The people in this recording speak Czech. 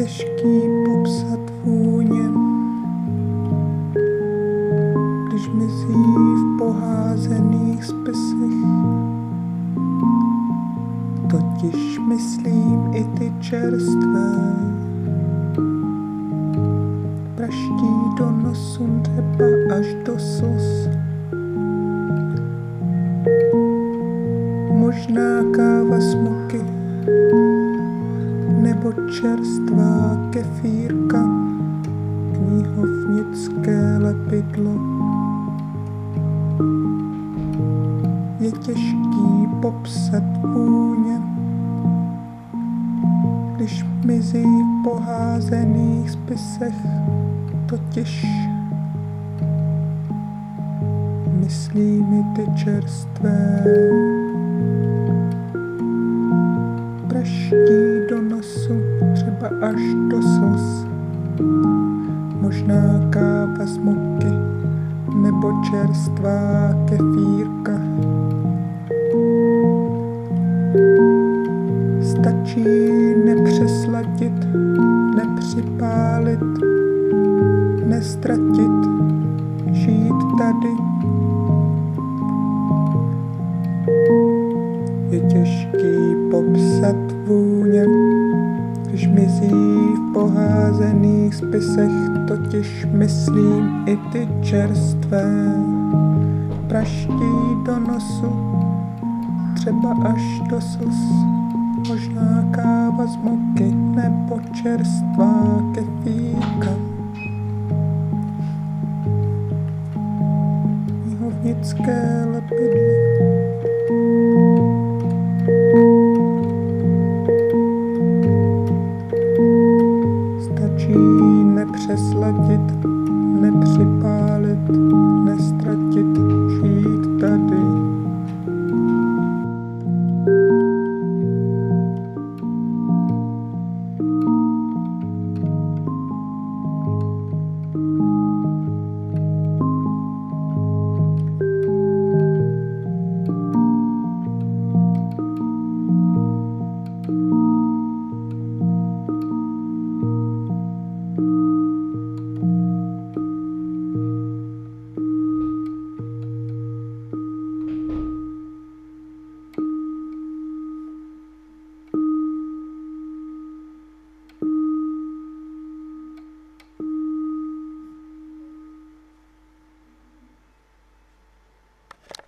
těžký popsat vůně, když mizí v poházených spisech. Totiž myslím i ty čerstvé, praští do nosu třeba až do slz. Možná káva s moky, nebo čerstvá kefírka, knihovnické lepidlo. Je těžký popsat vůně, když mizí v poházených spisech. Totiž myslím i ty čerstvé, praští do nosu třeba až do slz. Možná káva z moky, nebo čerstvá kefírka. Stačí nepřesladit, nepřipálit, nestratit, žít tady. Je těžký popsat vůně, když mizí v poházených spisech. Totiž myslím i ty čerstvé, praští do nosu třeba až do slz. Možná káva z moky, nebo čerstvá kefírka. Knihovnické lepidlo. Stačí nepřesladit, nepřipálit, nestratit.